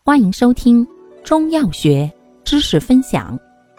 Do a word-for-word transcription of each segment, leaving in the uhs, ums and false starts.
欢迎收听中药学知识分享。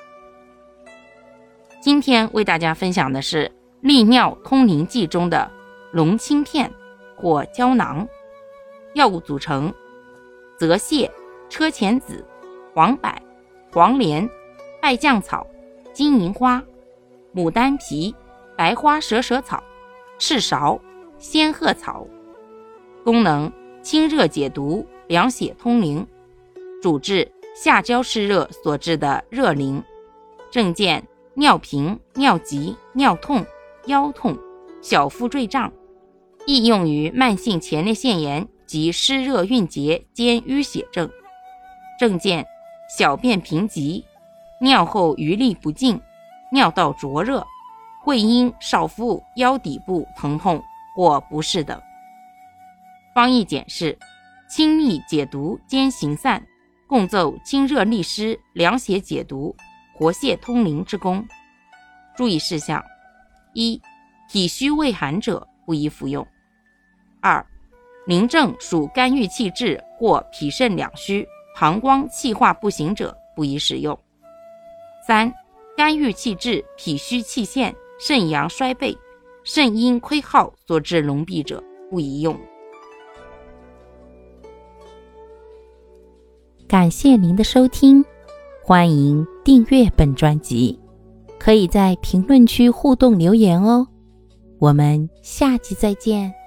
今天为大家分享的是利尿通淋剂中的龙清片或胶囊。药物组成：泽泻、车前子、黄柏、黄连、败酱草、金银花、牡丹皮、白花蛇舌草、赤芍、仙鹤草。功能：清热解毒，凉血通淋。主治下焦湿热所致的热淋。症见：尿频、尿急、尿痛、腰痛、小腹坠胀。易用于慢性前列腺炎及湿热蕴结兼淤血症。症见：小便频急，尿后余力不尽，尿道灼热，会阴少腹腰底部疼痛或不适等。方义简释：清利解毒兼行散，共奏清热利湿、凉血解毒、活泻通淋之功。注意事项：一、体虚畏寒者不宜服用。二、淋症属肝郁气滞或脾肾两虚、膀胱气化不行者不宜使用。三、肝郁气滞、脾虚气陷、肾阳衰备、肾阴亏耗所致痨痹者不宜用。 感谢您的收听，欢迎订阅本专辑，可以在评论区互动留言哦。我们下期再见。